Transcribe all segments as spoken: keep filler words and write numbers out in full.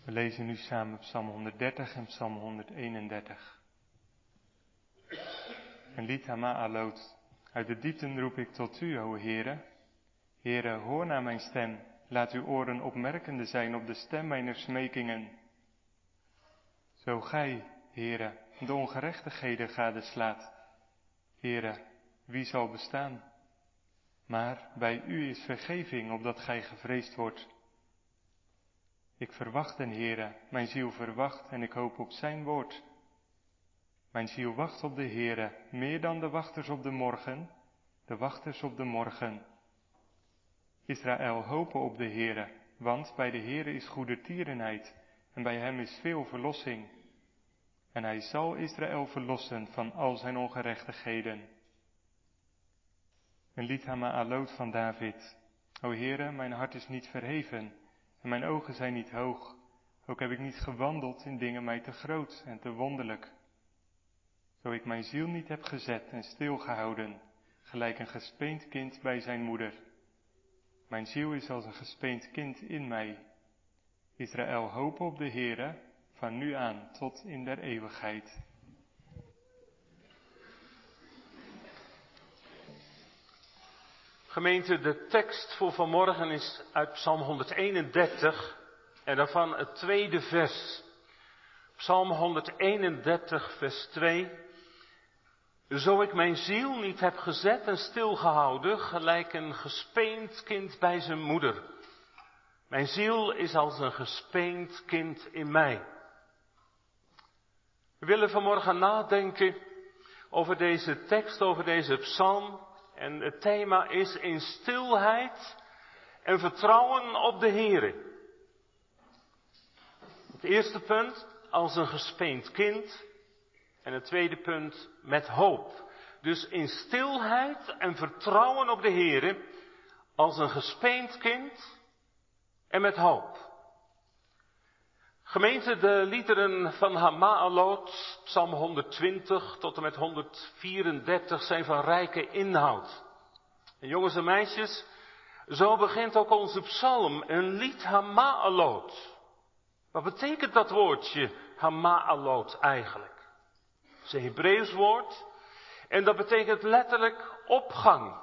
We lezen nu samen Psalm honderddertig en Psalm honderdeenendertig. Een lied Hama'alot. Uit de diepten roep ik tot u, o Heere. Heere, hoor naar mijn stem. Laat uw oren opmerkende zijn op de stem mijner smekingen. Zo gij, Heere, de ongerechtigheden gadeslaat. Heere, wie zal bestaan? Maar bij u is vergeving, opdat gij gevreesd wordt. Ik verwacht den Heere, mijn ziel verwacht en ik hoop op zijn woord. Mijn ziel wacht op de Heere, meer dan de wachters op de morgen, de wachters op de morgen. Israël, hopen op de Heere, want bij de Heere is goedertierenheid en bij hem is veel verlossing. En hij zal Israël verlossen van al zijn ongerechtigheden. Een lied Hama'alot van David. O Heere, mijn hart is niet verheven en mijn ogen zijn niet hoog. Ook heb ik niet gewandeld in dingen mij te groot en te wonderlijk. Zo ik mijn ziel niet heb gezet en stilgehouden, gelijk een gespeend kind bij zijn moeder. Mijn ziel is als een gespeend kind in mij. Israël, hoop op de Heere, van nu aan tot in der eeuwigheid. Gemeente, de tekst voor vanmorgen is uit Psalm honderdeenendertig en daarvan het tweede vers. Psalm honderdeenendertig, vers twee. Zo ik mijn ziel niet heb gezet en stilgehouden, gelijk een gespeend kind bij zijn moeder. Mijn ziel is als een gespeend kind in mij. We willen vanmorgen nadenken over deze tekst, over deze psalm. En het thema is in stilheid en vertrouwen op de Heere. Het eerste punt, als een gespeend kind. En het tweede punt, met hoop. Dus in stilheid en vertrouwen op de Heere, als een gespeend kind en met hoop. Gemeente, de liederen van Hama'alot, Psalm honderdtwintig tot en met honderdvierendertig zijn van rijke inhoud. En jongens en meisjes, zo begint ook onze psalm, een lied Hama'alot. Wat betekent dat woordje Hama'alot eigenlijk? Het is een Hebreeuws woord en dat betekent letterlijk opgang.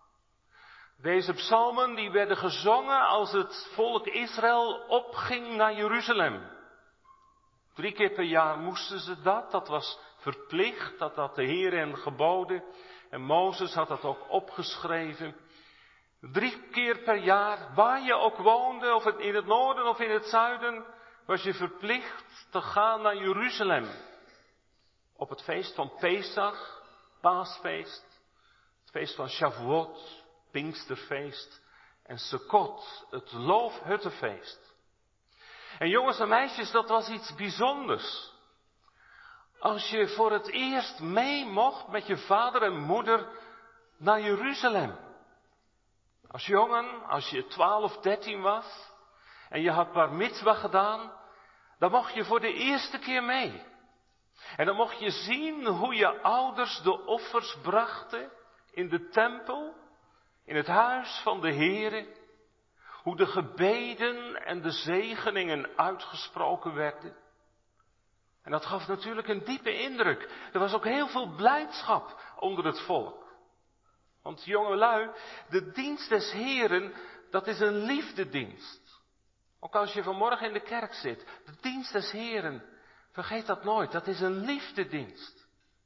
Deze psalmen die werden gezongen als het volk Israël opging naar Jeruzalem. Drie keer per jaar moesten ze dat, dat was verplicht, dat had de Heer hen geboden. En Mozes had dat ook opgeschreven. Drie keer per jaar, waar je ook woonde, of in het noorden of in het zuiden, was je verplicht te gaan naar Jeruzalem. Op het feest van Pesach, Paasfeest, het feest van Shavuot, Pinksterfeest en Sukkot, het Loofhuttenfeest. En jongens en meisjes, dat was iets bijzonders. Als je voor het eerst mee mocht met je vader en moeder naar Jeruzalem. Als jongen, als je twaalf, dertien was en je had bar mitzwa gedaan, dan mocht je voor de eerste keer mee. En dan mocht je zien hoe je ouders de offers brachten in de tempel, in het huis van de Heere. Hoe de gebeden en de zegeningen uitgesproken werden. En dat gaf natuurlijk een diepe indruk. Er was ook heel veel blijdschap onder het volk. Want jongelui, de dienst des Heeren, dat is een liefdedienst. Ook als je vanmorgen in de kerk zit, de dienst des Heeren, vergeet dat nooit, dat is een liefdedienst.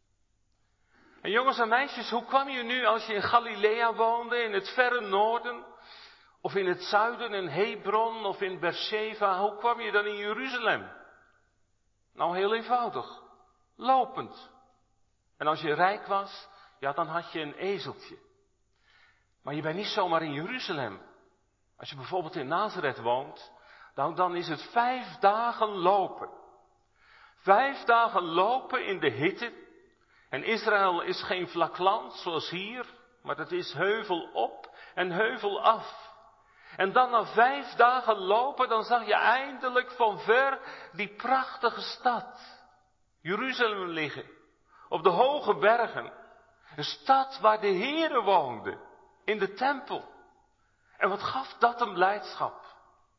En jongens en meisjes, hoe kwam je nu als je in Galilea woonde, in het verre noorden, of in het zuiden, in Hebron, of in Beersheba, hoe kwam je dan in Jeruzalem? Nou, heel eenvoudig. Lopend. En als je rijk was, ja, dan had je een ezeltje. Maar je bent niet zomaar in Jeruzalem. Als je bijvoorbeeld in Nazareth woont, dan, dan is het vijf dagen lopen. Vijf dagen lopen in de hitte. En Israël is geen vlak land zoals hier, maar het is heuvel op en heuvel af. En dan na vijf dagen lopen, dan zag je eindelijk van ver die prachtige stad, Jeruzalem, liggen. Op de hoge bergen. Een stad waar de Heere woonde, in de tempel. En wat gaf dat een blijdschap?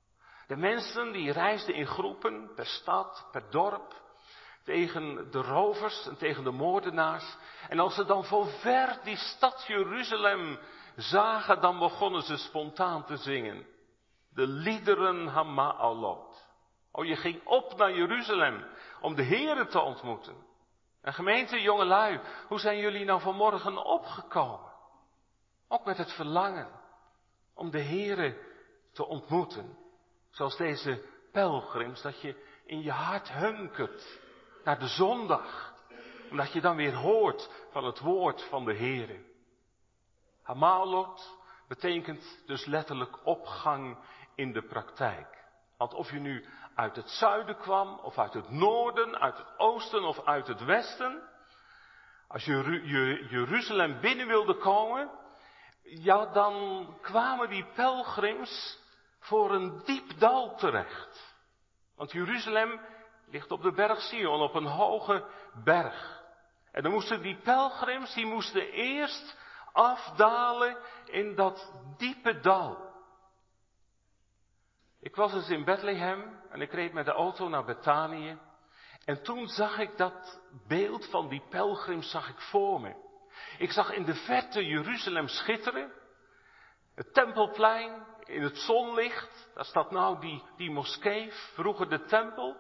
De mensen die reisden in groepen, per stad, per dorp, tegen de rovers en tegen de moordenaars. En als ze dan van ver die stad Jeruzalem zagen, dan begonnen ze spontaan te zingen. De liederen Hama'alot. Oh, je ging op naar Jeruzalem om de Here te ontmoeten. En gemeente, jongelui, hoe zijn jullie nou vanmorgen opgekomen? Ook met het verlangen om de Here te ontmoeten. Zoals deze pelgrims, dat je in je hart hunkert naar de zondag. Omdat je dan weer hoort van het woord van de Here. Hama'alot betekent dus letterlijk opgang in de praktijk. Want of je nu uit het zuiden kwam, of uit het noorden, uit het oosten of uit het westen. Als je, je Jeruzalem binnen wilde komen, ja, dan kwamen die pelgrims voor een diep dal terecht. Want Jeruzalem ligt op de berg Sion, op een hoge berg. En dan moesten die pelgrims, die moesten eerst afdalen in dat diepe dal. Ik was eens in Bethlehem en ik reed met de auto naar Betanië. En toen zag ik dat beeld van die pelgrims zag ik voor me. Ik zag in de verte Jeruzalem schitteren. Het Tempelplein in het zonlicht. Daar staat nou die, die moskee, vroeger de tempel.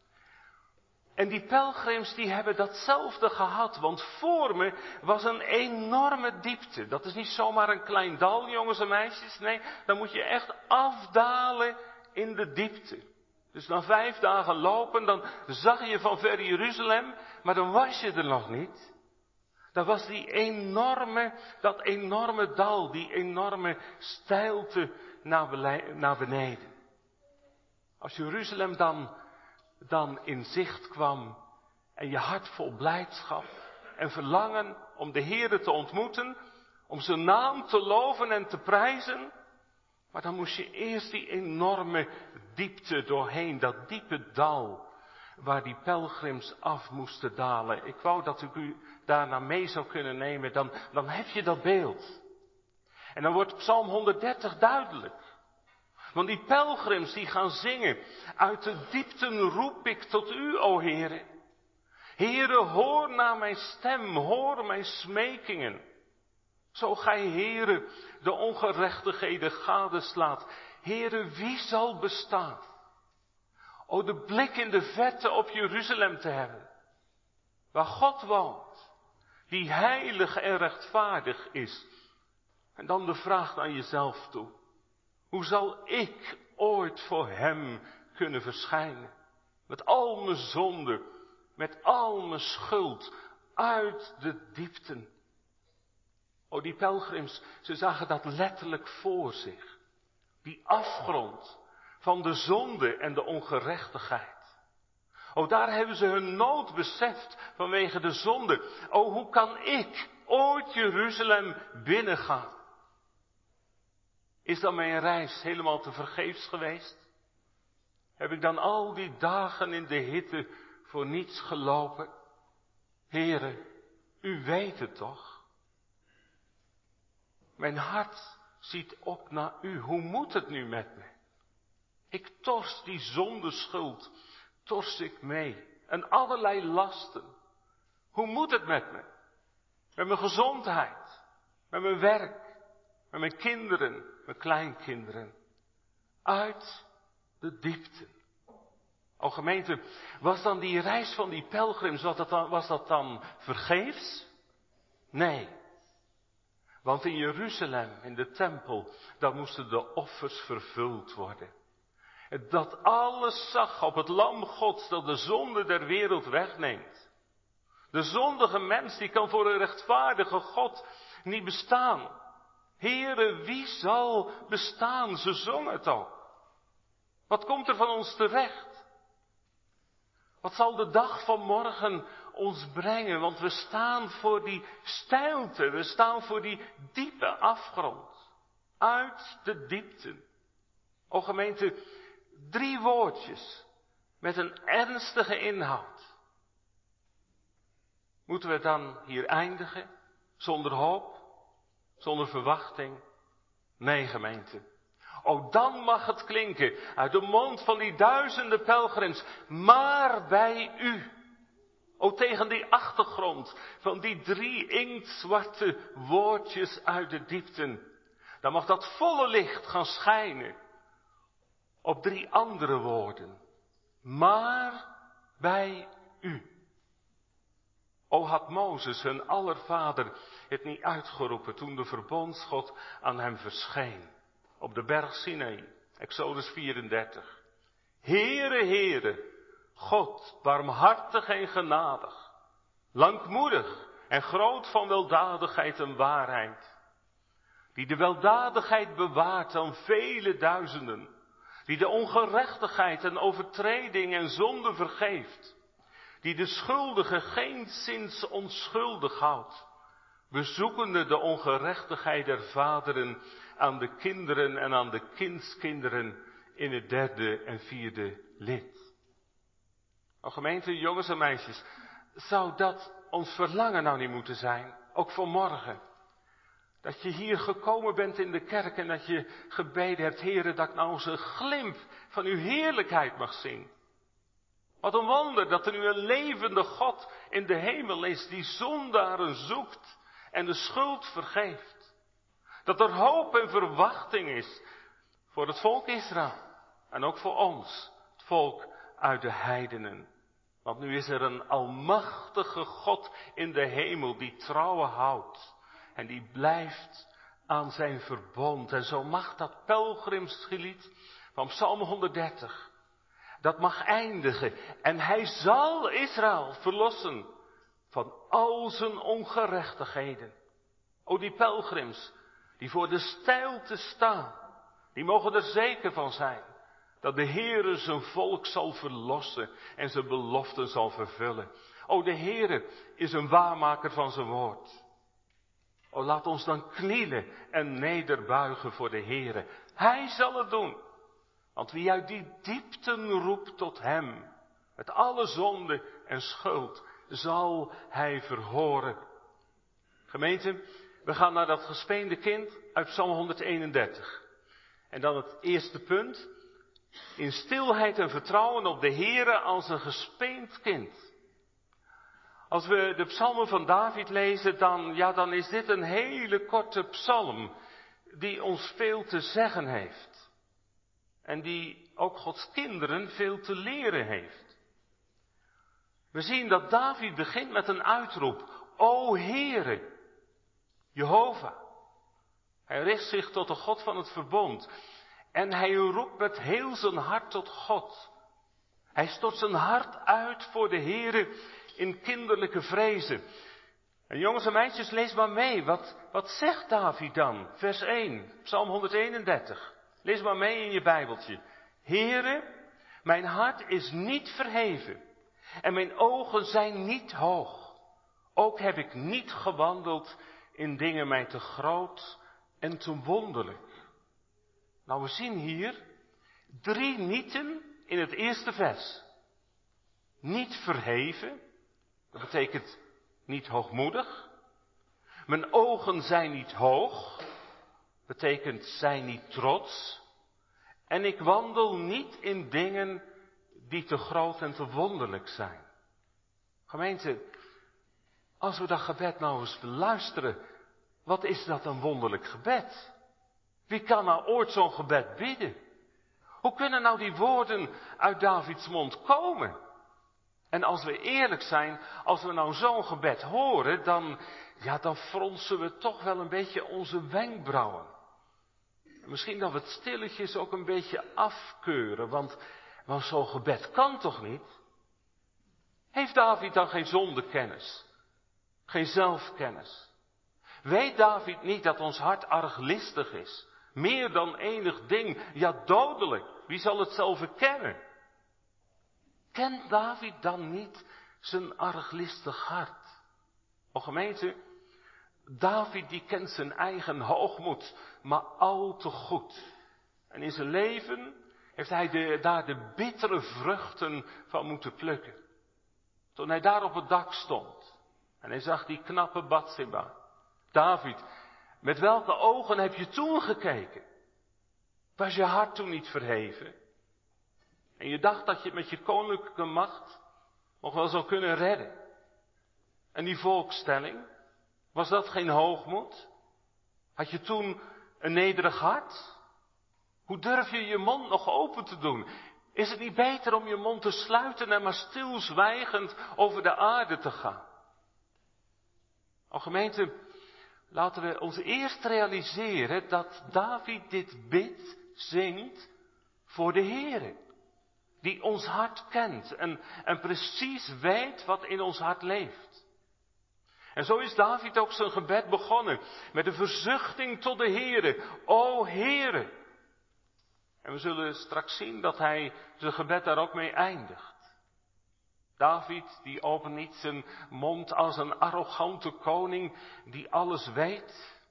En die pelgrims die hebben datzelfde gehad. Want voor me was een enorme diepte. Dat is niet zomaar een klein dal, jongens en meisjes. Nee, dan moet je echt afdalen in de diepte. Dus na vijf dagen lopen, dan zag je van ver Jeruzalem, maar dan was je er nog niet. Dat was die enorme, dat enorme dal, die enorme steilte naar beneden. Als Jeruzalem dan, dan in zicht kwam en je hart vol blijdschap en verlangen om de Heere te ontmoeten, om zijn naam te loven en te prijzen, maar dan moest je eerst die enorme diepte doorheen, dat diepe dal, waar die pelgrims af moesten dalen. Ik wou dat ik u daarna mee zou kunnen nemen, dan, dan heb je dat beeld. En dan wordt Psalm honderddertig duidelijk. Want die pelgrims die gaan zingen, uit de diepten roep ik tot u, o Heere. Heere, hoor naar mijn stem, hoor mijn smekingen. Zo gij, Heere, de ongerechtigheden gadeslaat. Heere, wie zal bestaan? O, de blik in de verte op Jeruzalem te hebben. Waar God woont. Die heilig en rechtvaardig is. En dan de vraag aan jezelf toe. Hoe zal ik ooit voor hem kunnen verschijnen? Met al mijn zonden. Met al mijn schuld. Uit de diepten. O, die pelgrims, ze zagen dat letterlijk voor zich. Die afgrond van de zonde en de ongerechtigheid. O, daar hebben ze hun nood beseft vanwege de zonde. O, hoe kan ik ooit Jeruzalem binnengaan? Is dan mijn reis helemaal te vergeefs geweest? Heb ik dan al die dagen in de hitte voor niets gelopen? Heere, u weet het toch? Mijn hart ziet op naar u. Hoe moet het nu met me? Ik tors die zondeschuld, tors ik mee. En allerlei lasten. Hoe moet het met me? Met mijn gezondheid. Met mijn werk. Met mijn kinderen. Mijn kleinkinderen. Uit de diepte. O gemeente, was dan die reis van die pelgrims, was dat dan, was dat dan vergeefs? Nee. Want in Jeruzalem, in de tempel, daar moesten de offers vervuld worden. Dat alles zag op het lam Gods dat de zonde der wereld wegneemt. De zondige mens die kan voor een rechtvaardige God niet bestaan. Heere, wie zal bestaan? Ze zongen het ook. Wat komt er van ons terecht? Wat zal de dag van morgen ons brengen? Want we staan voor die steilte, we staan voor die diepe afgrond. Uit de diepten. O gemeente, drie woordjes met een ernstige inhoud. Moeten we dan hier eindigen? Zonder hoop? Zonder verwachting? Nee, gemeente. O, dan mag het klinken uit de mond van die duizenden pelgrims, maar bij u. O, tegen die achtergrond van die drie inktzwarte woordjes uit de diepten. Dan mag dat volle licht gaan schijnen op drie andere woorden. Maar bij u. O, had Mozes, hun allervader, het niet uitgeroepen toen de verbondsgod aan hem verscheen. Op de berg Sinai, Exodus vierendertig. Heere, Heere, God, barmhartig en genadig, langmoedig en groot van weldadigheid en waarheid. Die de weldadigheid bewaart aan vele duizenden. Die de ongerechtigheid en overtreding en zonde vergeeft. Die de schuldige geenszins onschuldig houdt. Bezoekende de ongerechtigheid der vaderen aan de kinderen en aan de kindskinderen in het derde en vierde lid. O gemeente, jongens en meisjes, zou dat ons verlangen nou niet moeten zijn? Ook voor morgen. Dat je hier gekomen bent in de kerk en dat je gebeden hebt, Heere, dat ik nou eens een glimp van uw heerlijkheid mag zien. Wat een wonder dat er nu een levende God in de hemel is die zondaren zoekt en de schuld vergeeft. Dat er hoop en verwachting is voor het volk Israël en ook voor ons, het volk uit de heidenen. Want nu is er een almachtige God in de hemel die trouwen houdt. En die blijft aan zijn verbond. En zo mag dat pelgrimslied van Psalm honderddertig. Dat mag eindigen. En hij zal Israël verlossen van al zijn ongerechtigheden. O, die pelgrims die voor de steilte staan. Die mogen er zeker van zijn. Dat de Heere zijn volk zal verlossen en zijn beloften zal vervullen. O, de Heere is een waarmaker van zijn woord. O, laat ons dan knielen en nederbuigen voor de Heere. Hij zal het doen. Want wie uit die diepten roept tot hem, met alle zonde en schuld, zal hij verhoren. Gemeente, we gaan naar dat gespeende kind uit Psalm honderdeenendertig. En dan het eerste punt. In stilheid en vertrouwen op de Heere als een gespeend kind. Als we de psalmen van David lezen, dan, ja, dan is dit een hele korte psalm die ons veel te zeggen heeft. En die ook Gods kinderen veel te leren heeft. We zien dat David begint met een uitroep. O Heere, Jehovah. Hij richt zich tot de God van het verbond. En hij roept met heel zijn hart tot God. Hij stort zijn hart uit voor de Heere in kinderlijke vrezen. En jongens en meisjes, lees maar mee. Wat, wat zegt David dan? Vers één, Psalm honderdeenendertig. Lees maar mee in je Bijbeltje. Heere, mijn hart is niet verheven. En mijn ogen zijn niet hoog. Ook heb ik niet gewandeld in dingen mij te groot en te wonderlijk. Nou, we zien hier drie nieten in het eerste vers. Niet verheven, dat betekent niet hoogmoedig. Mijn ogen zijn niet hoog, betekent zijn niet trots. En ik wandel niet in dingen die te groot en te wonderlijk zijn. Gemeente, als we dat gebed nou eens beluisteren, wat is dat een wonderlijk gebed? Wie kan nou ooit zo'n gebed bidden? Hoe kunnen nou die woorden uit Davids mond komen? En als we eerlijk zijn, als we nou zo'n gebed horen, dan, ja, dan fronsen we toch wel een beetje onze wenkbrauwen. Misschien dat we het stilletjes ook een beetje afkeuren, want, want zo'n gebed kan toch niet? Heeft David dan geen zondekennis? Geen zelfkennis? Weet David niet dat ons hart arglistig is? Meer dan enig ding, ja dodelijk. Wie zal het zelf verkennen? Kent David dan niet zijn arglistig hart? O gemeente, David die kent zijn eigen hoogmoed, maar al te goed. En in zijn leven heeft hij de, daar de bittere vruchten van moeten plukken. Toen hij daar op het dak stond en hij zag die knappe Batseba. David, met welke ogen heb je toen gekeken? Was je hart toen niet verheven? En je dacht dat je het met je koninklijke macht nog wel zou kunnen redden. En die volkstelling, was dat geen hoogmoed? Had je toen een nederig hart? Hoe durf je je mond nog open te doen? Is het niet beter om je mond te sluiten en maar stilzwijgend over de aarde te gaan? O gemeente, laten we ons eerst realiseren dat David dit bidt, zingt voor de Heere. Die ons hart kent en, en precies weet wat in ons hart leeft. En zo is David ook zijn gebed begonnen met een verzuchting tot de Heere. O Heere! En we zullen straks zien dat hij zijn gebed daar ook mee eindigt. David, die opent niet zijn mond als een arrogante koning die alles weet.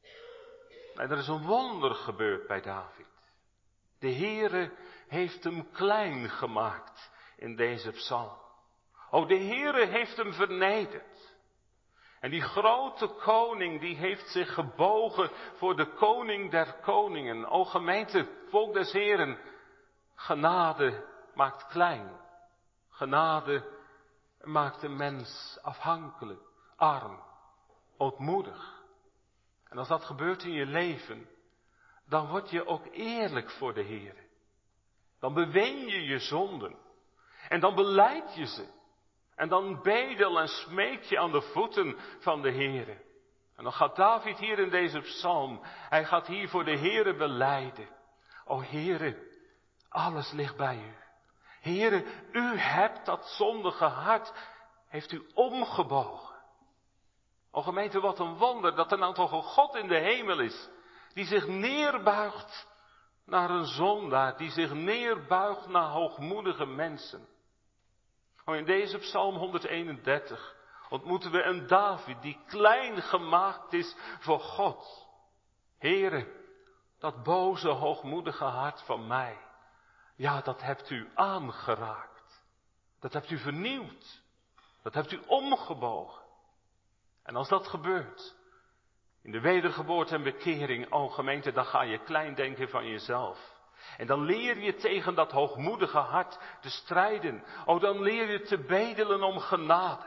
En er is een wonder gebeurd bij David. De Heere heeft hem klein gemaakt in deze psalm. O, de Heere heeft hem vernederd. En die grote koning, die heeft zich gebogen voor de koning der koningen. O gemeente, volk des Heeren, genade maakt klein. Genade maakt de mens afhankelijk, arm, ootmoedig. En als dat gebeurt in je leven, dan word je ook eerlijk voor de Heer. Dan beween je je zonden. En dan belijd je ze. En dan bedel en smeek je aan de voeten van de Heer. En dan gaat David hier in deze psalm, hij gaat hier voor de Heere belijden. O Heere, alles ligt bij u. Heere, u hebt dat zondige hart, heeft u omgebogen. O gemeente, wat een wonder dat er nou toch een God in de hemel is, die zich neerbuigt naar een zondaar, die zich neerbuigt naar hoogmoedige mensen. O, in deze psalm honderdeenendertig ontmoeten we een David die klein gemaakt is voor God. Heere, dat boze hoogmoedige hart van mij, ja, dat hebt u aangeraakt. Dat hebt u vernieuwd. Dat hebt u omgebogen. En als dat gebeurt, in de wedergeboorte en bekering, o gemeente, dan ga je klein denken van jezelf. En dan leer je tegen dat hoogmoedige hart te strijden. O, dan leer je te bedelen om genade.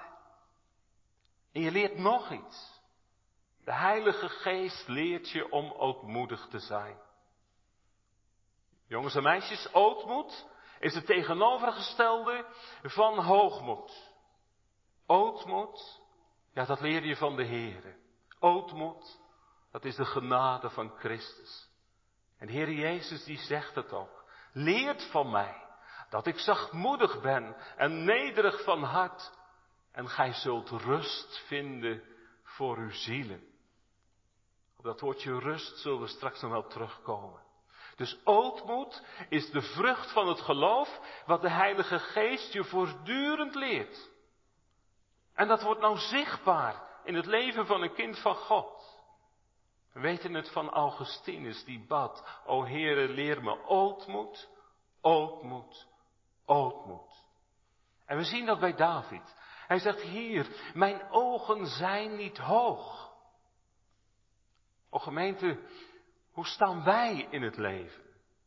En je leert nog iets. De Heilige Geest leert je om ootmoedig te zijn. Jongens en meisjes, ootmoed is het tegenovergestelde van hoogmoed. Ootmoed, ja, dat leer je van de Heere. Ootmoed, dat is de genade van Christus. En de Heer Jezus die zegt het ook. Leert van mij dat ik zachtmoedig ben en nederig van hart. En gij zult rust vinden voor uw zielen. Op dat woordje rust zullen we straks nog wel terugkomen. Dus ootmoed is de vrucht van het geloof wat de Heilige Geest je voortdurend leert. En dat wordt nou zichtbaar in het leven van een kind van God. We weten het van Augustinus die bad, o Heere, leer me ootmoed, ootmoed, ootmoed. En we zien dat bij David. Hij zegt hier, mijn ogen zijn niet hoog. O gemeente, hoe staan wij in het leven?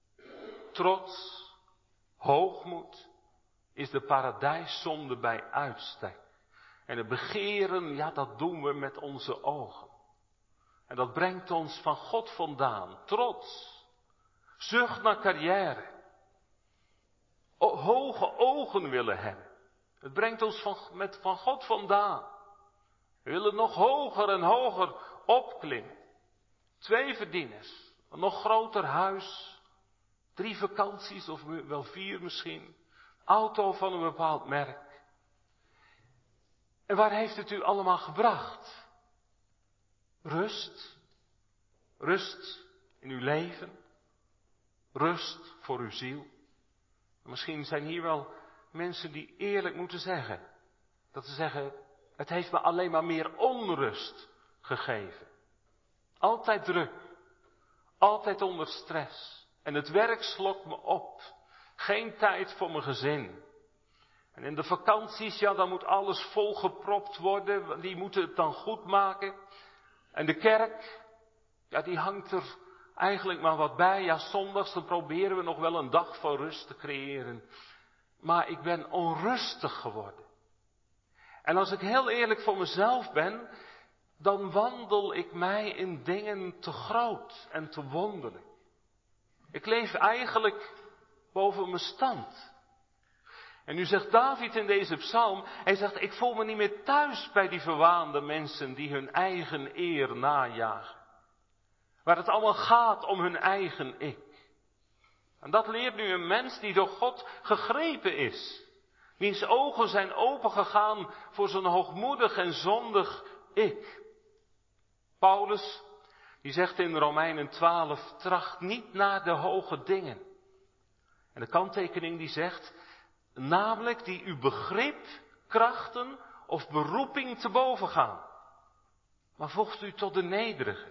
Trots, hoogmoed is de paradijszonde bij uitstek. En het begeren, ja, dat doen we met onze ogen. En dat brengt ons van God vandaan. Trots, zucht naar carrière, o, hoge ogen willen hebben. Het brengt ons van, met, van God vandaan. We willen nog hoger en hoger opklimmen. Twee verdieners, een nog groter huis, drie vakanties of wel vier misschien, auto van een bepaald merk. En waar heeft het u allemaal gebracht? Rust, rust in uw leven, rust voor uw ziel. Misschien zijn hier wel mensen die eerlijk moeten zeggen, dat ze zeggen, het heeft me alleen maar meer onrust gegeven. Altijd druk, altijd onder stress. En het werk slokt me op. Geen tijd voor mijn gezin. En in de vakanties, ja, dan moet alles volgepropt worden. Die moeten het dan goed maken. En de kerk, ja, die hangt er eigenlijk maar wat bij. Ja, zondags dan proberen we nog wel een dag van rust te creëren. Maar ik ben onrustig geworden. En als ik heel eerlijk voor mezelf ben, dan wandel ik mij in dingen te groot en te wonderlijk. Ik leef eigenlijk boven mijn stand. En nu zegt David in deze psalm, hij zegt, ik voel me niet meer thuis bij die verwaande mensen die hun eigen eer najagen. Waar het allemaal gaat om hun eigen ik. En dat leert nu een mens die door God gegrepen is. Wiens ogen zijn opengegaan voor zijn hoogmoedig en zondig ik. Paulus, die zegt in Romeinen twaalf, tracht niet naar de hoge dingen. En de kanttekening die zegt, namelijk die uw begrip, krachten of beroeping te boven gaan. Maar voegt u tot de nederige.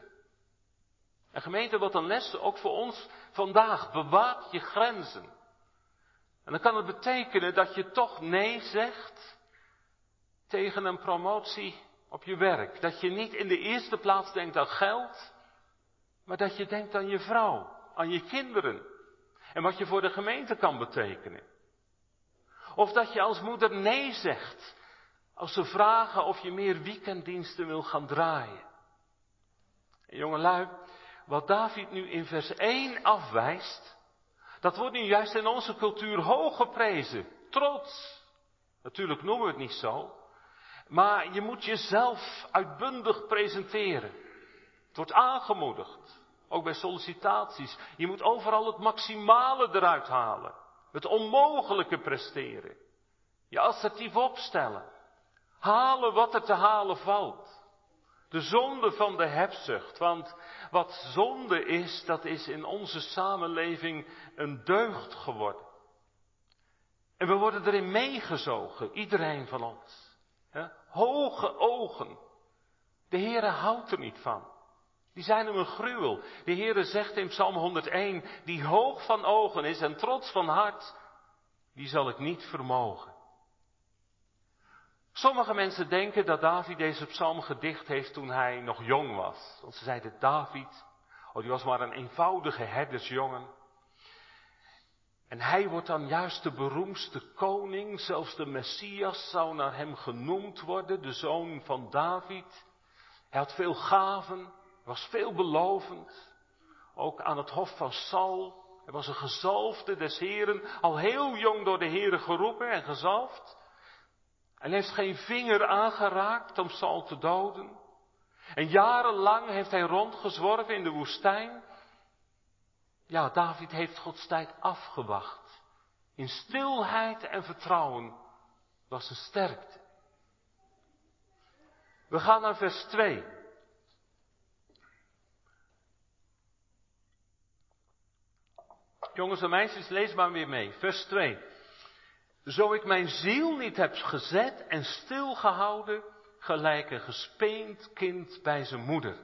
En gemeente, wat een les ook voor ons vandaag. Bewaak je grenzen. En dan kan het betekenen dat je toch nee zegt tegen een promotie op je werk. Dat je niet in de eerste plaats denkt aan geld, maar dat je denkt aan je vrouw, aan je kinderen. En wat je voor de gemeente kan betekenen. Of dat je als moeder nee zegt als ze vragen of je meer weekenddiensten wil gaan draaien. En jongelui, wat David nu in vers één afwijst, dat wordt nu juist in onze cultuur hoog geprezen. Trots. Natuurlijk noemen we het niet zo. Maar je moet jezelf uitbundig presenteren. Het wordt aangemoedigd. Ook bij sollicitaties. Je moet overal het maximale eruit halen. Het onmogelijke presteren. Je assertief opstellen. Halen wat er te halen valt. De zonde van de hebzucht. Want wat zonde is, dat is in onze samenleving een deugd geworden. En we worden erin meegezogen, iedereen van ons. Ja? Hoge ogen. De Heere houdt er niet van. Die zijn hem een gruwel. De Heere zegt in Psalm honderdéén, die hoog van ogen is en trots van hart, die zal ik niet vermogen. Sommige mensen denken dat David deze psalm gedicht heeft toen hij nog jong was. Want ze zeiden, David, oh, die was maar een eenvoudige herdersjongen. En hij wordt dan juist de beroemdste koning, zelfs de Messias zou naar hem genoemd worden, de zoon van David. Hij had veel gaven, was veelbelovend, ook aan het hof van Saul. Hij was een gezalfde des Heren, al heel jong door de Heren geroepen en gezalfd. Hij heeft geen vinger aangeraakt om Saul te doden. En jarenlang heeft hij rondgezworven in de woestijn. Ja, David heeft Gods tijd afgewacht. In stilheid en vertrouwen was zijn sterkte. We gaan naar vers twee. Jongens en meisjes, lees maar weer mee. Vers twee. Zo ik mijn ziel niet heb gezet en stilgehouden, gelijk een gespeend kind bij zijn moeder.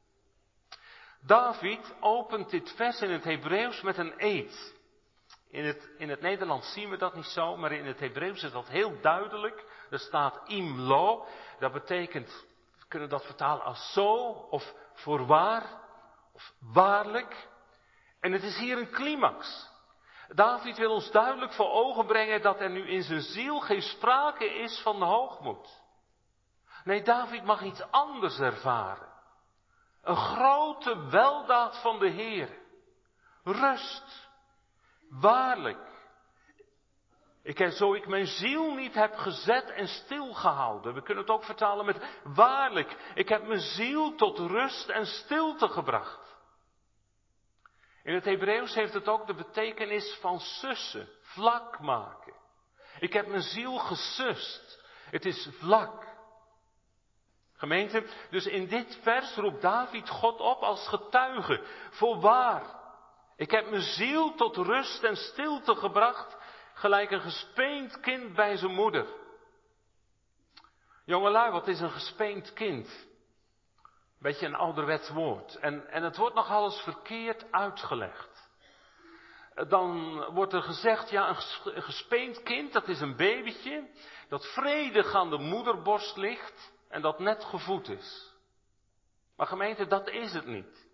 David opent dit vers in het Hebreeuws met een eed. In het, in het Nederlands zien we dat niet zo, maar in het Hebreeuws is dat heel duidelijk. Er staat imlo, dat betekent, we kunnen dat vertalen als zo, of voorwaar, of waarlijk. En het is hier een climax. David wil ons duidelijk voor ogen brengen dat er nu in zijn ziel geen sprake is van de hoogmoed. Nee, David mag iets anders ervaren. Een grote weldaad van de Heer. Rust. Waarlijk. Ik heb, zo ik mijn ziel niet heb gezet en stilgehouden. We kunnen het ook vertalen met waarlijk. Ik heb mijn ziel tot rust en stilte gebracht. In het Hebreeuws heeft het ook de betekenis van sussen, vlak maken. Ik heb mijn ziel gesust. Het is vlak. Gemeente, dus in dit vers roept David God op als getuige. Voorwaar, ik heb mijn ziel tot rust en stilte gebracht, gelijk een gespeend kind bij zijn moeder. Jongelui, wat is een gespeend kind? Beetje een ouderwets woord. En, en het wordt nogal eens verkeerd uitgelegd. Dan wordt er gezegd, ja, een gespeend kind, dat is een babytje, dat vredig aan de moederborst ligt en dat net gevoed is. Maar gemeente, dat is het niet.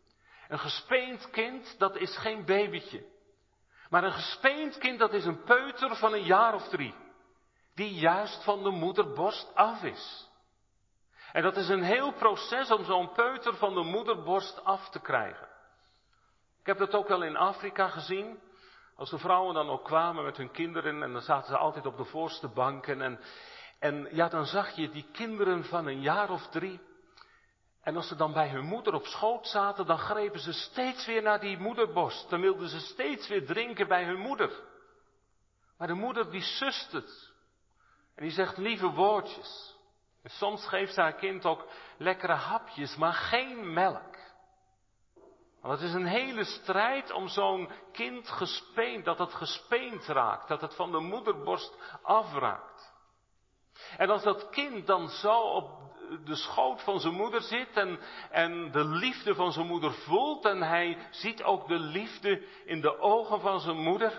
Een gespeend kind, dat is geen babytje. Maar een gespeend kind, dat is een peuter van een jaar of drie. Die juist van de moederborst af is. En dat is een heel proces om zo'n peuter van de moederborst af te krijgen. Ik heb dat ook wel in Afrika gezien. Als de vrouwen dan ook kwamen met hun kinderen en dan zaten ze altijd op de voorste banken. En, en ja, dan zag je die kinderen van een jaar of drie. En als ze dan bij hun moeder op schoot zaten, dan grepen ze steeds weer naar die moederborst. Dan wilden ze steeds weer drinken bij hun moeder. Maar de moeder die sust het. En die zegt lieve woordjes. En soms geeft haar kind ook lekkere hapjes, maar geen melk. Want het is een hele strijd om zo'n kind gespeend, dat het gespeend raakt, dat het van de moederborst afraakt. En als dat kind dan zo op de schoot van zijn moeder zit en, en de liefde van zijn moeder voelt en hij ziet ook de liefde in de ogen van zijn moeder,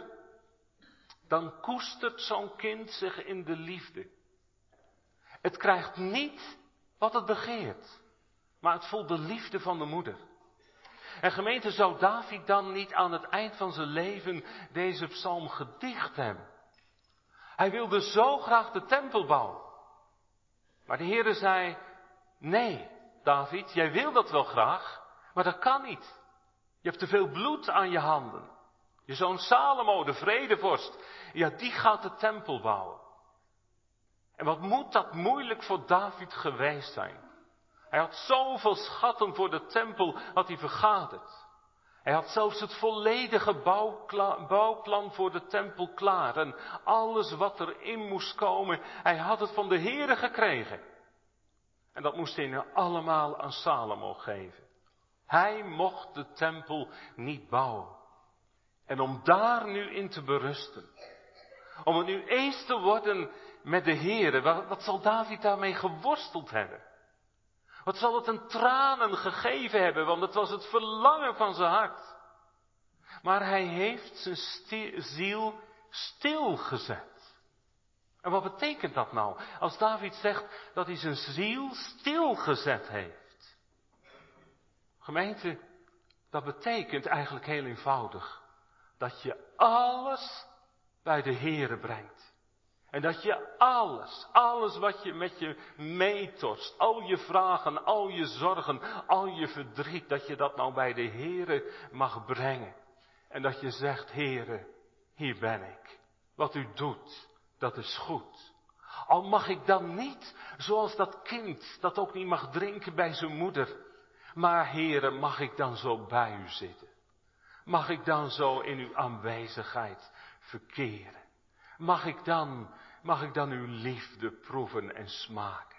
dan koestert zo'n kind zich in de liefde. Het krijgt niet wat het begeert, maar het voelt de liefde van de moeder. En gemeente, zou David dan niet aan het eind van zijn leven deze psalm gedicht hebben? Hij wilde zo graag de tempel bouwen. Maar de Heere zei, nee David, jij wil dat wel graag, maar dat kan niet. Je hebt te veel bloed aan je handen. Je zoon Salomo, de vredevorst, ja die gaat de tempel bouwen. En wat moet dat moeilijk voor David geweest zijn. Hij had zoveel schatten voor de tempel, had hij vergaderd. Hij had zelfs het volledige bouwkla- bouwplan voor de tempel klaar. En alles wat erin moest komen, hij had het van de Heere gekregen. En dat moest hij nu allemaal aan Salomo geven. Hij mocht de tempel niet bouwen. En om daar nu in te berusten. Om het nu eens te worden met de Heere. Wat, wat zal David daarmee geworsteld hebben? Wat zal het een tranen gegeven hebben, want het was het verlangen van zijn hart. Maar hij heeft zijn sti- ziel stilgezet. En wat betekent dat nou? Als David zegt dat hij zijn ziel stilgezet heeft. Gemeente, dat betekent eigenlijk heel eenvoudig. Dat je alles bij de Heere brengt. En dat je alles, alles wat je met je meetorst, al je vragen, al je zorgen, al je verdriet, dat je dat nou bij de Heere mag brengen. En dat je zegt, Heere, hier ben ik. Wat u doet, dat is goed. Al mag ik dan niet, zoals dat kind, dat ook niet mag drinken bij zijn moeder. Maar Heere, mag ik dan zo bij u zitten? Mag ik dan zo in uw aanwezigheid verkeren? Mag ik dan, mag ik dan uw liefde proeven en smaken?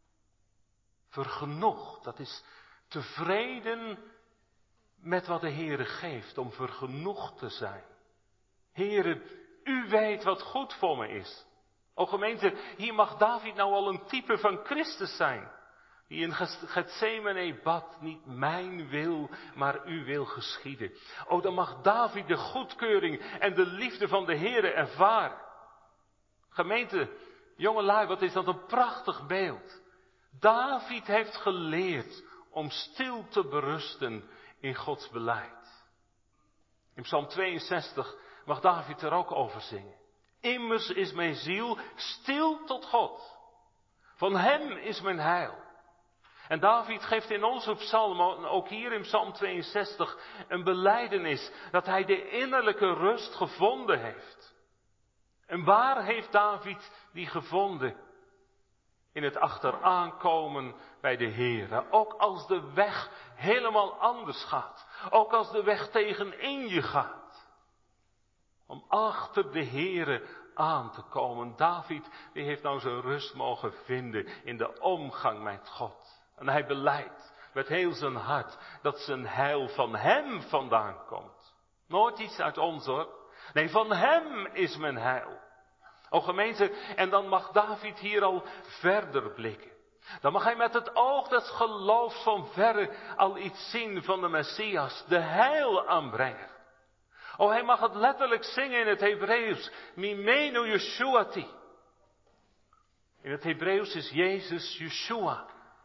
Vergenoegd, dat is tevreden met wat de Heere geeft, om vergenoegd te zijn. Heere, u weet wat goed voor me is. O gemeente, hier mag David nou al een type van Christus zijn. Die in Getsemane bad, niet mijn wil, maar uw wil geschieden. O, dan mag David de goedkeuring en de liefde van de Heere ervaren. Gemeente, jongelui, wat is dat een prachtig beeld. David heeft geleerd om stil te berusten in Gods beleid. In Psalm tweeënzestig mag David er ook over zingen. Immers is mijn ziel stil tot God. Van hem is mijn heil. En David geeft in onze psalm, ook hier in Psalm tweeënzestig, een belijdenis dat hij de innerlijke rust gevonden heeft. En waar heeft David die gevonden? In het achteraan bij de Heere. Ook als de weg helemaal anders gaat. Ook als de weg tegenin je gaat. Om achter de Heere aan te komen. David die heeft nou zijn rust mogen vinden in de omgang met God. En hij belijdt met heel zijn hart dat zijn heil van hem vandaan komt. Nooit iets uit ons hoor. Nee, van hem is mijn heil. O gemeente, en dan mag David hier al verder blikken. Dan mag hij met het oog des geloofs van verre al iets zien van de Messias, de heilaanbrenger. O, hij mag het letterlijk zingen in het Hebreeuws. Mimenu Yeshuati. In het Hebreeuws is Jezus Yeshua.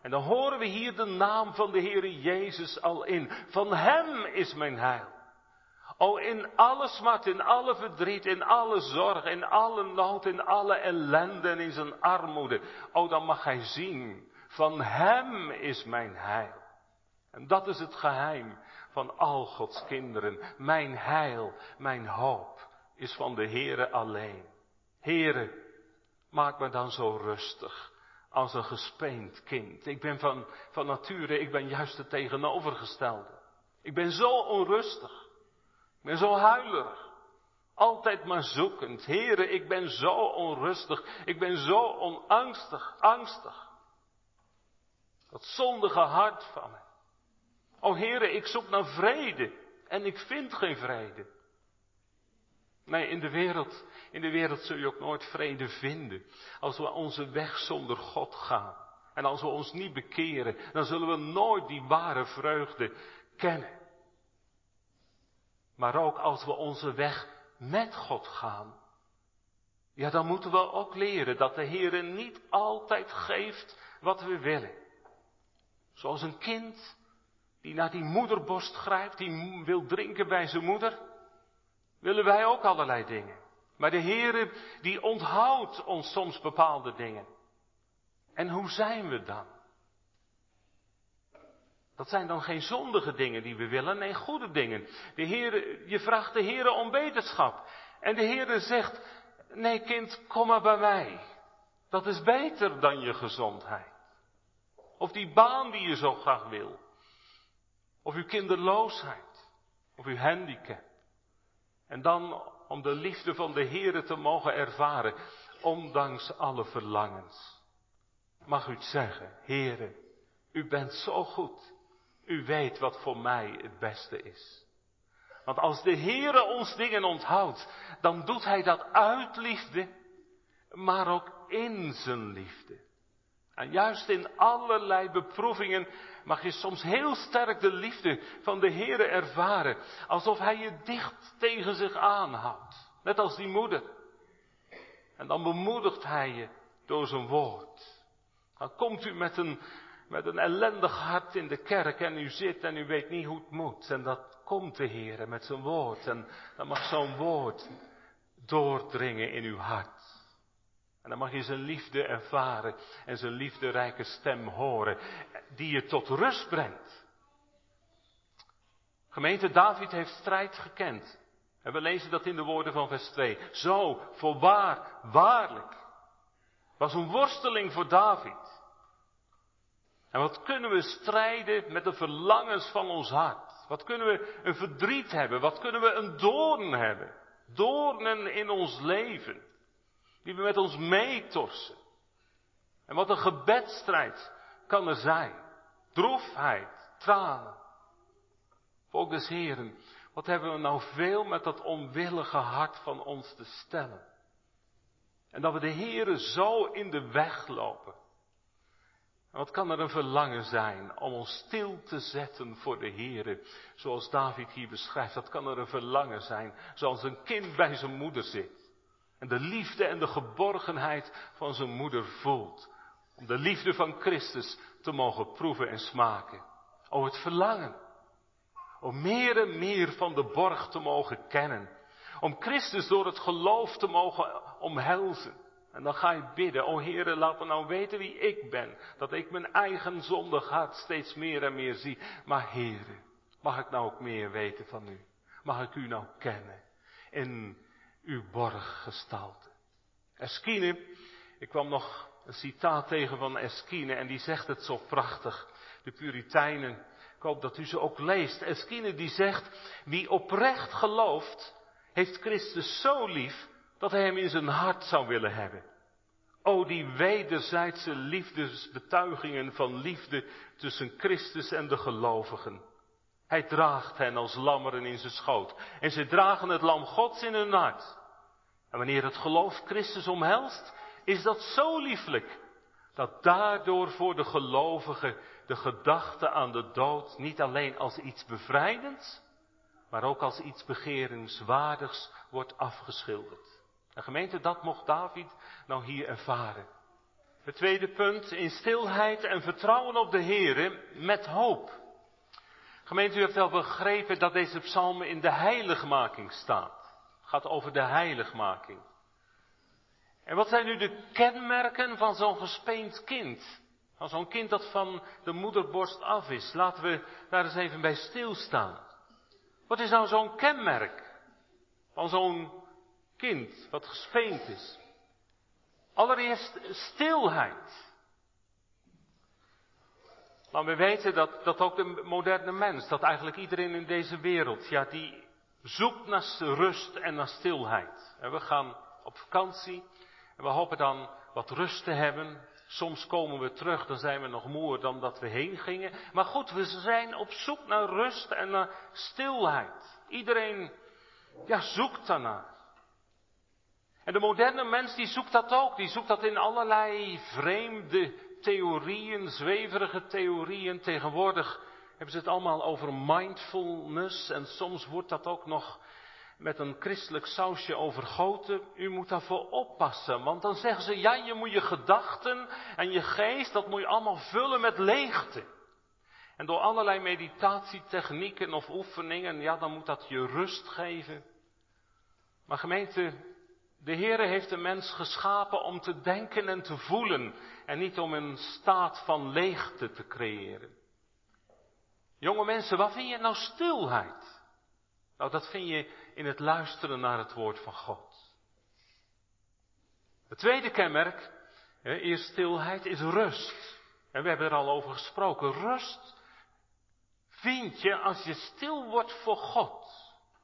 En dan horen we hier de naam van de Heere Jezus al in. Van Hem is mijn heil. O, in alle smart, in alle verdriet, in alle zorg, in alle nood, in alle ellende en in zijn armoede. O, dan mag hij zien, van Hem is mijn heil. En dat is het geheim van al Gods kinderen. Mijn heil, mijn hoop is van de Heere alleen. Heere, maak me dan zo rustig als een gespeend kind. Ik ben van, van nature, ik ben juist het tegenovergestelde. Ik ben zo onrustig. Ik ben zo huilerig. Altijd maar zoekend. Heere, ik ben zo onrustig. Ik ben zo onangstig, angstig. Dat zondige hart van me. O Heere, ik zoek naar vrede. En ik vind geen vrede. Nee, in de wereld, in de wereld zul je ook nooit vrede vinden. Als we onze weg zonder God gaan. En als we ons niet bekeren, dan zullen we nooit die ware vreugde kennen. Maar ook als we onze weg met God gaan. Ja, dan moeten we ook leren dat de Heere niet altijd geeft wat we willen. Zoals een kind die naar die moederborst grijpt, die wil drinken bij zijn moeder. Willen wij ook allerlei dingen. Maar de Heere die onthoudt ons soms bepaalde dingen. En hoe zijn we dan? Dat zijn dan geen zondige dingen die we willen, nee, goede dingen. De Heere, je vraagt de Heere om beterschap. En de Heere zegt, nee kind, kom maar bij mij. Dat is beter dan je gezondheid. Of die baan die je zo graag wil. Of uw kinderloosheid. Of uw handicap. En dan om de liefde van de Heere te mogen ervaren, ondanks alle verlangens. Mag u het zeggen, Heere, u bent zo goed. U weet wat voor mij het beste is. Want als de Heere ons dingen onthoudt, dan doet Hij dat uit liefde, maar ook in zijn liefde. En juist in allerlei beproevingen mag je soms heel sterk de liefde van de Heere ervaren. Alsof Hij je dicht tegen zich aanhoudt. Net als die moeder. En dan bemoedigt Hij je door zijn woord. Dan komt u met een, met een ellendig hart in de kerk en u zit en u weet niet hoe het moet. En dat komt de Heere met zijn woord. En dan mag zo'n woord doordringen in uw hart. En dan mag je zijn liefde ervaren en zijn liefderijke stem horen, die je tot rust brengt. Gemeente, David heeft strijd gekend. En we lezen dat in de woorden van vers twee. Zo, voorwaar, waarlijk. Was een worsteling voor David. En wat kunnen we strijden met de verlangens van ons hart? Wat kunnen we een verdriet hebben? Wat kunnen we een doorn hebben? Doornen in ons leven. Die we met ons meetorsen. En wat een gebedstrijd kan er zijn. Droefheid, tranen. Volk des Heren, wat hebben we nou veel met dat onwillige hart van ons te stellen. En dat we de Heren zo in de weg lopen. En wat kan er een verlangen zijn om ons stil te zetten voor de Heren, zoals David hier beschrijft. Dat kan er een verlangen zijn, zoals een kind bij zijn moeder zit. En de liefde en de geborgenheid van zijn moeder voelt. Om de liefde van Christus te mogen proeven en smaken. O, het verlangen. Om meer en meer van de borg te mogen kennen. Om Christus door het geloof te mogen omhelzen. En dan ga je bidden, o Heere, laat me nou weten wie ik ben. Dat ik mijn eigen zondig hart steeds meer en meer zie. Maar Heere, mag ik nou ook meer weten van u? Mag ik u nou kennen? In uw borggestalte. Eskine, ik kwam nog een citaat tegen van Eskine en die zegt het zo prachtig. De Puritijnen, ik hoop dat u ze ook leest. Eskine die zegt, wie oprecht gelooft, heeft Christus zo lief dat hij hem in zijn hart zou willen hebben. O, die wederzijdse liefdesbetuigingen van liefde tussen Christus en de gelovigen. Hij draagt hen als lammeren in zijn schoot. En ze dragen het lam Gods in hun hart. En wanneer het geloof Christus omhelst, is dat zo lieflijk. Dat daardoor voor de gelovigen de gedachte aan de dood niet alleen als iets bevrijdends, maar ook als iets begerenswaardigs wordt afgeschilderd. En gemeente, dat mocht David nou hier ervaren. Het tweede punt, in stilheid en vertrouwen op de Heere met hoop. Gemeente, u hebt wel begrepen dat deze psalm in de heiligmaking staat. Het gaat over de heiligmaking. En wat zijn nu de kenmerken van zo'n gespeend kind? Van zo'n kind dat van de moederborst af is. Laten we daar eens even bij stilstaan. Wat is nou zo'n kenmerk van zo'n kind wat gespeend is? Allereerst stilheid. Maar we weten dat, dat ook de moderne mens, dat eigenlijk iedereen in deze wereld, ja, die zoekt naar rust en naar stilheid. En we gaan op vakantie en we hopen dan wat rust te hebben. Soms komen we terug, dan zijn we nog moeer dan dat we heen gingen. Maar goed, we zijn op zoek naar rust en naar stilheid. Iedereen, ja, zoekt daarnaar. En de moderne mens die zoekt dat ook. Die zoekt dat in allerlei vreemde theorieën, zweverige theorieën. Tegenwoordig hebben ze het allemaal over mindfulness. En soms wordt dat ook nog met een christelijk sausje overgoten. U moet daarvoor oppassen. Want dan zeggen ze, ja, je moet je gedachten en je geest, dat moet je allemaal vullen met leegte. En door allerlei meditatietechnieken of oefeningen, ja, dan moet dat je rust geven. Maar gemeente, de Heere heeft de mens geschapen om te denken en te voelen. En niet om een staat van leegte te creëren. Jonge mensen, wat vind je nou stilheid? Nou, dat vind je in het luisteren naar het woord van God. Het tweede kenmerk, eerst stilheid, is rust. En we hebben er al over gesproken. Rust vind je als je stil wordt voor God.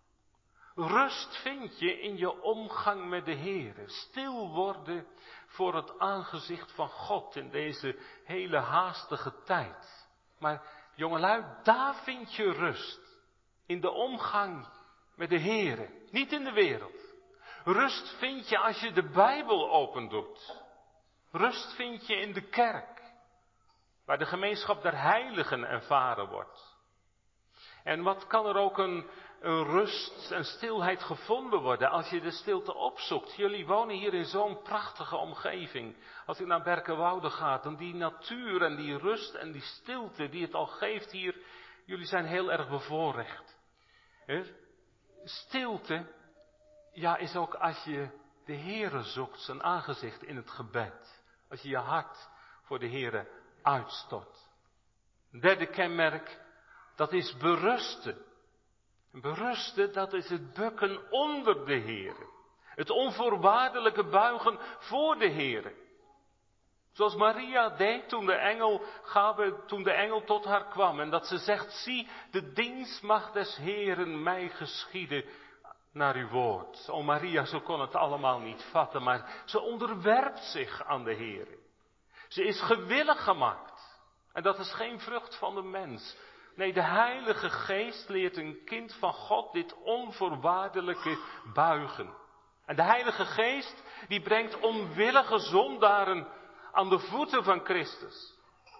Rust vind je in je omgang met de Heere. Stil worden voor het aangezicht van God in deze hele haastige tijd. Maar jongelui, daar vind je rust. In de omgang met de Heere. Niet in de wereld. Rust vind je als je de Bijbel opendoet. Rust vind je in de kerk. Waar de gemeenschap der heiligen ervaren wordt. En wat kan er ook een, een rust en stilheid gevonden worden als je de stilte opzoekt. Jullie wonen hier in zo'n prachtige omgeving. Als u naar Berkenwoude gaat, dan die natuur en die rust en die stilte die het al geeft hier. Jullie zijn heel erg bevoorrecht. He? Stilte, ja, is ook als je de Heere zoekt, zijn aangezicht in het gebed. Als je je hart voor de Heere uitstort. Een derde kenmerk, dat is berusten. Berusten, dat is het bukken onder de Heere. Het onvoorwaardelijke buigen voor de Heere. Zoals Maria deed toen de engel, toen de engel tot haar kwam. En dat ze zegt, zie, de dienstmaagd des Heeren mij geschieden naar uw woord. O Maria, zo kon het allemaal niet vatten, maar ze onderwerpt zich aan de Heere. Ze is gewillig gemaakt. En dat is geen vrucht van de mens. Nee, de Heilige Geest leert een kind van God dit onvoorwaardelijke buigen. En de Heilige Geest, die brengt onwillige zondaren aan de voeten van Christus.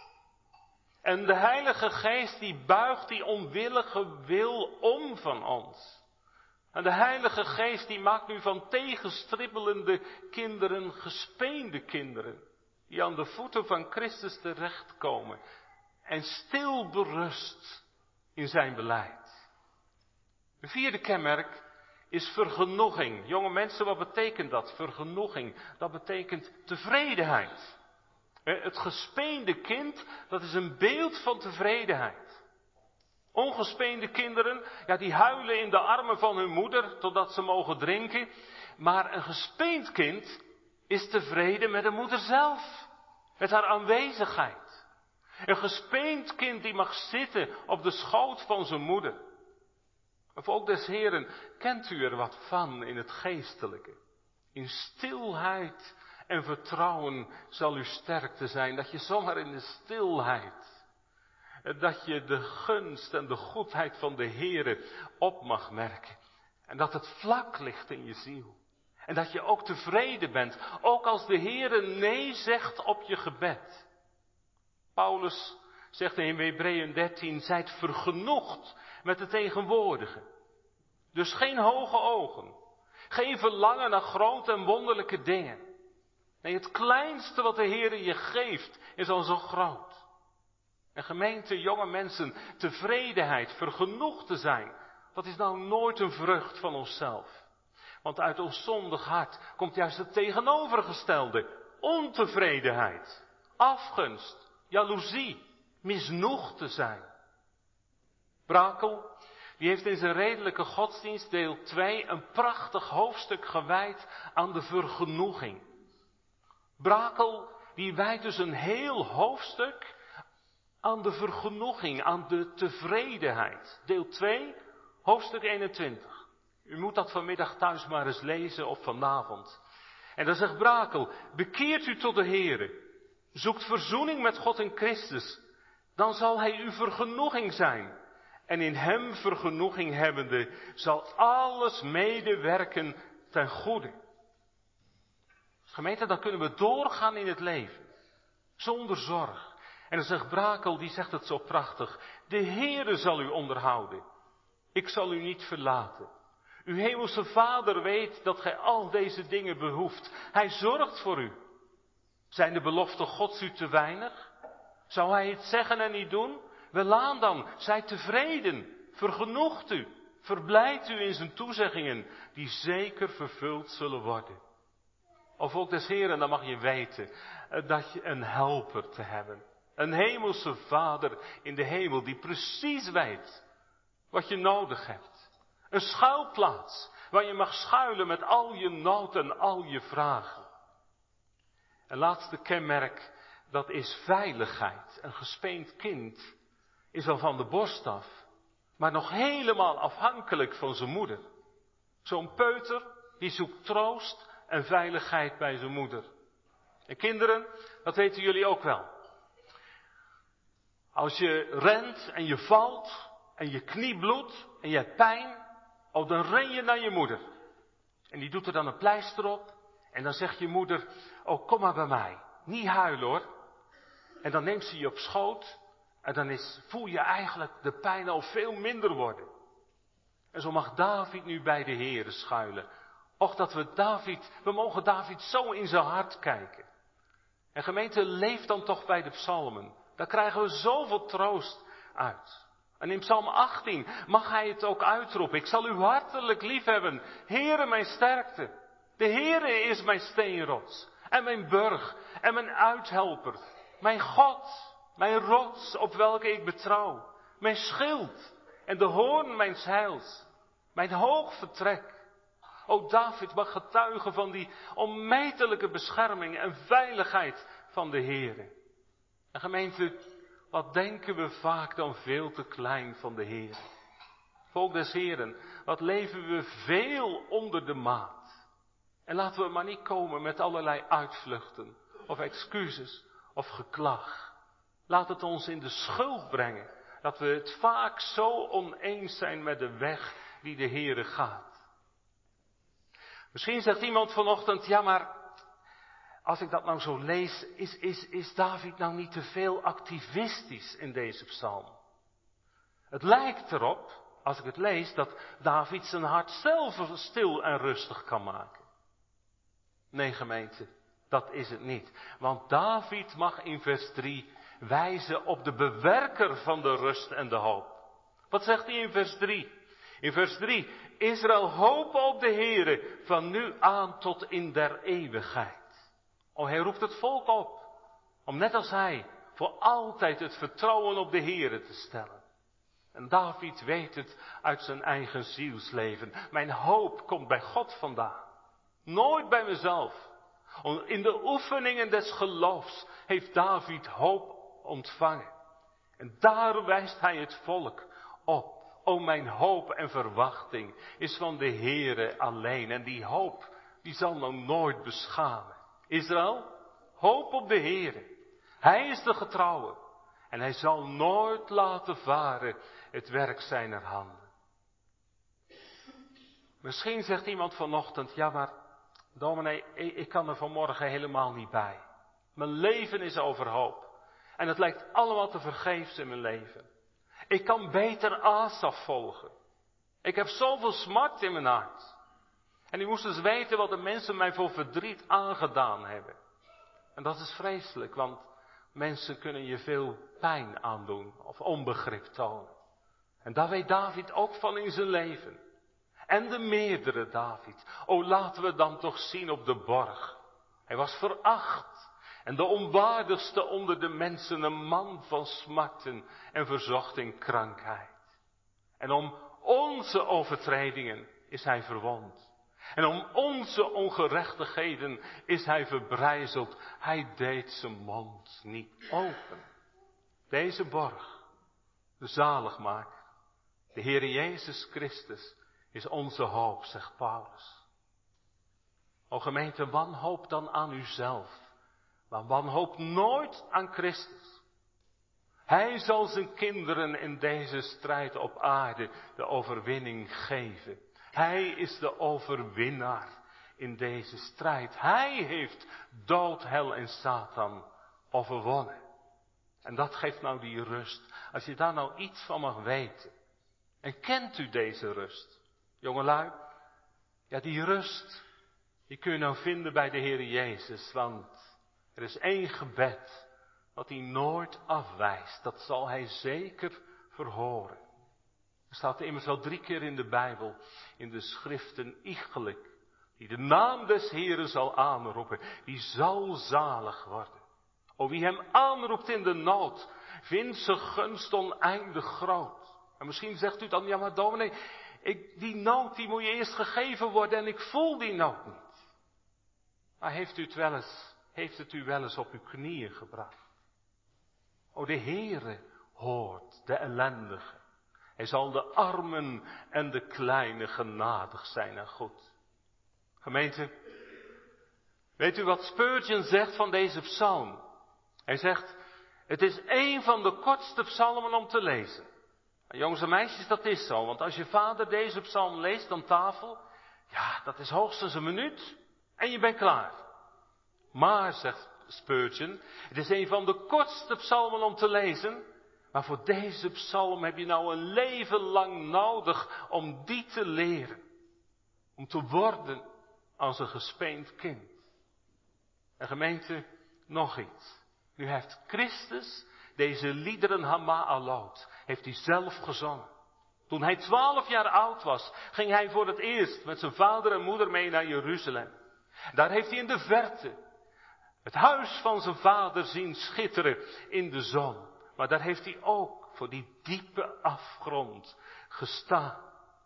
En de Heilige Geest, die buigt die onwillige wil om van ons. En de Heilige Geest, die maakt nu van tegenstribbelende kinderen gespeende kinderen. Die aan de voeten van Christus terechtkomen. En stil berust in zijn beleid. Een vierde kenmerk is vergenoeging. Jonge mensen, wat betekent dat? Vergenoeging. Dat betekent tevredenheid. Het gespeende kind, dat is een beeld van tevredenheid. Ongespeende kinderen, ja, die huilen in de armen van hun moeder totdat ze mogen drinken. Maar een gespeend kind is tevreden met de moeder zelf. Met haar aanwezigheid. Een gespeend kind die mag zitten op de schoot van zijn moeder. Of ook des Heren, kent u er wat van in het geestelijke? In stilheid en vertrouwen zal uw sterkte zijn. Dat je zomaar in de stilheid, dat je de gunst en de goedheid van de Heren op mag merken. En dat het vlak ligt in je ziel. En dat je ook tevreden bent, ook als de Heere nee zegt op je gebed. Paulus zegt in Hebreeën dertien, zijt vergenoegd met het tegenwoordige. Dus geen hoge ogen, geen verlangen naar grote en wonderlijke dingen. Nee, het kleinste wat de Heer je geeft is al zo groot. En gemeente, jonge mensen, tevredenheid, vergenoegd te zijn, dat is nou nooit een vrucht van onszelf. Want uit ons zondig hart komt juist het tegenovergestelde. Ontevredenheid, afgunst, jaloezie, misnoegd te zijn. Brakel, die heeft in zijn redelijke godsdienst deel twee een prachtig hoofdstuk gewijd aan de vergenoeging. Brakel, die wijdt dus een heel hoofdstuk aan de vergenoeging, aan de tevredenheid. Deel twee, hoofdstuk eenentwintig. U moet dat vanmiddag thuis maar eens lezen of vanavond. En dan zegt Brakel, bekeert u tot de Heere, zoekt verzoening met God in Christus, dan zal Hij uw vergenoeging zijn. En in Hem vergenoeging hebbende, zal alles medewerken ten goede. Gemeente, dan kunnen we doorgaan in het leven, zonder zorg. En dan zegt Brakel, die zegt het zo prachtig, de Heere zal u onderhouden, ik zal u niet verlaten. Uw hemelse Vader weet dat gij al deze dingen behoeft. Hij zorgt voor u. Zijn de beloften Gods u te weinig? Zou Hij het zeggen en niet doen? Welaan dan, zij tevreden, vergenoegt u, verblijdt u in zijn toezeggingen, die zeker vervuld zullen worden. Of ook des Heeren, dan mag je weten dat je een helper te hebben. Een hemelse Vader in de hemel die precies weet wat je nodig hebt. Een schuilplaats waar je mag schuilen met al je nood en al je vragen. Een laatste kenmerk, dat is veiligheid. Een gespeend kind is al van de borst af, maar nog helemaal afhankelijk van zijn moeder. Zo'n peuter, die zoekt troost en veiligheid bij zijn moeder. En kinderen, dat weten jullie ook wel. Als je rent en je valt en je knie bloedt en je hebt pijn, oh, dan ren je naar je moeder. En die doet er dan een pleister op. En dan zegt je moeder, oh, kom maar bij mij. Niet huilen hoor. En dan neemt ze je op schoot. En dan is, voel je eigenlijk de pijn al veel minder worden. En zo mag David nu bij de Heere schuilen. Och, dat we David, we mogen David zo in zijn hart kijken. En gemeente, leef dan toch bij de psalmen. Daar krijgen we zoveel troost uit. En in Psalm achttien mag hij het ook uitroepen. Ik zal u hartelijk liefhebben. Heere, mijn sterkte. De Heere is mijn steenrots. En mijn burg. En mijn uithelper. Mijn God. Mijn rots op welke ik betrouw. Mijn schild. En de hoorn mijns heils. Mijn hoog vertrek. O David mag getuigen van die onmetelijke bescherming en veiligheid van de Heere. En gemeente, wat denken we vaak dan veel te klein van de Heer. Volk des Heeren, wat leven we veel onder de maat. En laten we maar niet komen met allerlei uitvluchten, of excuses, of geklag. Laat het ons in de schuld brengen, dat we het vaak zo oneens zijn met de weg die de Heere gaat. Misschien zegt iemand vanochtend, ja maar, als ik dat nou zo lees, is, is, is David nou niet te veel activistisch in deze psalm? Het lijkt erop, als ik het lees, dat David zijn hart zelf stil en rustig kan maken. Nee gemeente, dat is het niet. Want David mag in vers drie wijzen op de bewerker van de rust en de hoop. Wat zegt hij in vers drie? In vers drie, Israël hoop op de Heere van nu aan tot in der eeuwigheid. Oh, hij roept het volk op om net als hij voor altijd het vertrouwen op de Heere te stellen. En David weet het uit zijn eigen zielsleven. Mijn hoop komt bij God vandaan. Nooit bij mezelf. In de oefeningen des geloofs heeft David hoop ontvangen. En daar wijst hij het volk op. O, mijn hoop en verwachting is van de Heere alleen. En die hoop, die zal nou nooit beschamen. Israël, hoop op de Heere. Hij is de getrouwe. En hij zal nooit laten varen het werk zijner handen. Misschien zegt iemand vanochtend, ja maar, dominee, ik kan er vanmorgen helemaal niet bij. Mijn leven is overhoop. En het lijkt allemaal te vergeefs in mijn leven. Ik kan beter Asaf volgen. Ik heb zoveel smart in mijn hart. En u moest eens weten wat de mensen mij voor verdriet aangedaan hebben. En dat is vreselijk, want mensen kunnen je veel pijn aandoen of onbegrip tonen. En daar weet David ook van in zijn leven. En de meerdere David. O, laten we dan toch zien op de borg. Hij was veracht. En de onwaardigste onder de mensen, een man van smarten en verzocht in krankheid. En om onze overtredingen is hij verwond. En om onze ongerechtigheden is hij verbrijzeld. Hij deed zijn mond niet open. Deze borg, de zaligmaker, de Heer Jezus Christus, is onze hoop, zegt Paulus. O gemeente, wanhoop dan aan uzelf. Maar wanhoop nooit aan Christus. Hij zal zijn kinderen in deze strijd op aarde de overwinning geven. Hij is de overwinnaar in deze strijd. Hij heeft dood, hel en Satan overwonnen. En dat geeft nou die rust. Als je daar nou iets van mag weten. En kent u deze rust? Jongelui, ja die rust, die kun je nou vinden bij de Heer Jezus. Want er is één gebed wat hij nooit afwijst. Dat zal hij zeker verhoren. Er staat er immers wel drie keer in de Bijbel, in de schriften, iegelijk. Die de naam des Heeren zal aanroepen, die zal zalig worden. O wie hem aanroept in de nood, vindt zijn gunst oneindig groot. En misschien zegt u dan, ja maar dominee, ik, die nood die moet je eerst gegeven worden en ik voel die nood niet. Maar heeft u het wel eens, heeft het u wel eens op uw knieën gebracht? O de Heere hoort de ellendige. Hij zal de armen en de kleine genadig zijn en goed. Gemeente, weet u wat Spurgeon zegt van deze psalm? Hij zegt, het is één van de kortste psalmen om te lezen. En jongens en meisjes, dat is zo, want als je vader deze psalm leest aan tafel, ja, dat is hoogstens een minuut en je bent klaar. Maar, zegt Spurgeon, het is een van de kortste psalmen om te lezen, maar voor deze psalm heb je nou een leven lang nodig om die te leren. Om te worden als een gespeend kind. En gemeente, nog iets. Nu heeft Christus deze liederen Hama'alot, heeft hij zelf gezongen. Toen hij twaalf jaar oud was, ging hij voor het eerst met zijn vader en moeder mee naar Jeruzalem. Daar heeft hij in de verte het huis van zijn vader zien schitteren in de zon. Maar daar heeft hij ook voor die diepe afgrond gestaan.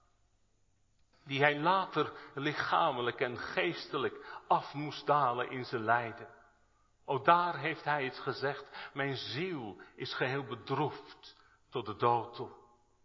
Die hij later lichamelijk en geestelijk af moest dalen in zijn lijden. O, daar heeft hij het gezegd, mijn ziel is geheel bedroefd tot de dood toe.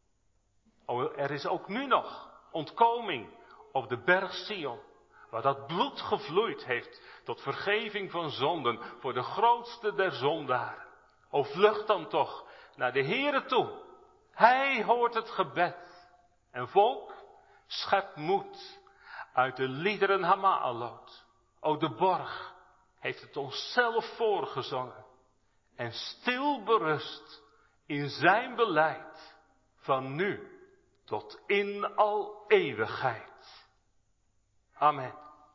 O, er is ook nu nog ontkoming op de berg Sion, waar dat bloed gevloeid heeft tot vergeving van zonden voor de grootste der zondaren. O, vlucht dan toch naar de Heere toe. Hij hoort het gebed. En volk, schep moed uit de liederen Hama'alot. O, de borg heeft het ons zelf voorgezongen. En stil berust in zijn beleid van nu tot in al eeuwigheid. Amen.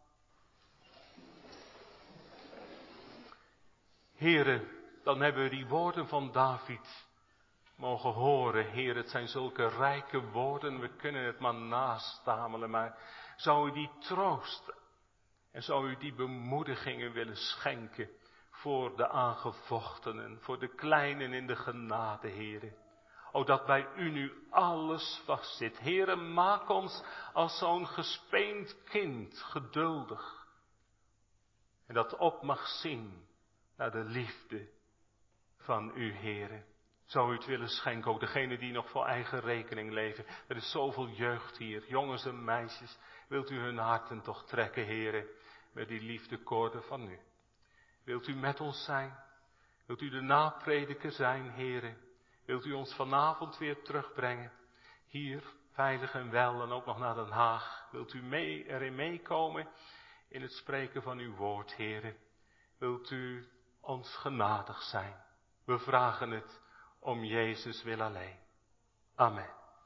Heren, dan hebben we die woorden van David mogen horen. Heer, het zijn zulke rijke woorden, we kunnen het maar nastamelen, maar zou u die troost en zou u die bemoedigingen willen schenken voor de aangevochtenen, voor de kleinen in de genade, Heere. O, dat bij u nu alles vastzit. Heere, maak ons als zo'n gespeend kind, geduldig. En dat op mag zien naar de liefde van u, Heere. Zou u het willen schenken, ook degenen die nog voor eigen rekening leven. Er is zoveel jeugd hier, jongens en meisjes. Wilt u hun harten toch trekken, Heere, met die liefdekoorden van u. Wilt u met ons zijn? Wilt u de naprediker zijn, Heere? Wilt u ons vanavond weer terugbrengen? Hier, veilig en wel, en ook nog naar Den Haag. Wilt u mee, erin meekomen in het spreken van uw woord, Heere? Wilt u ons genadig zijn? We vragen het om Jezus wil alleen. Amen.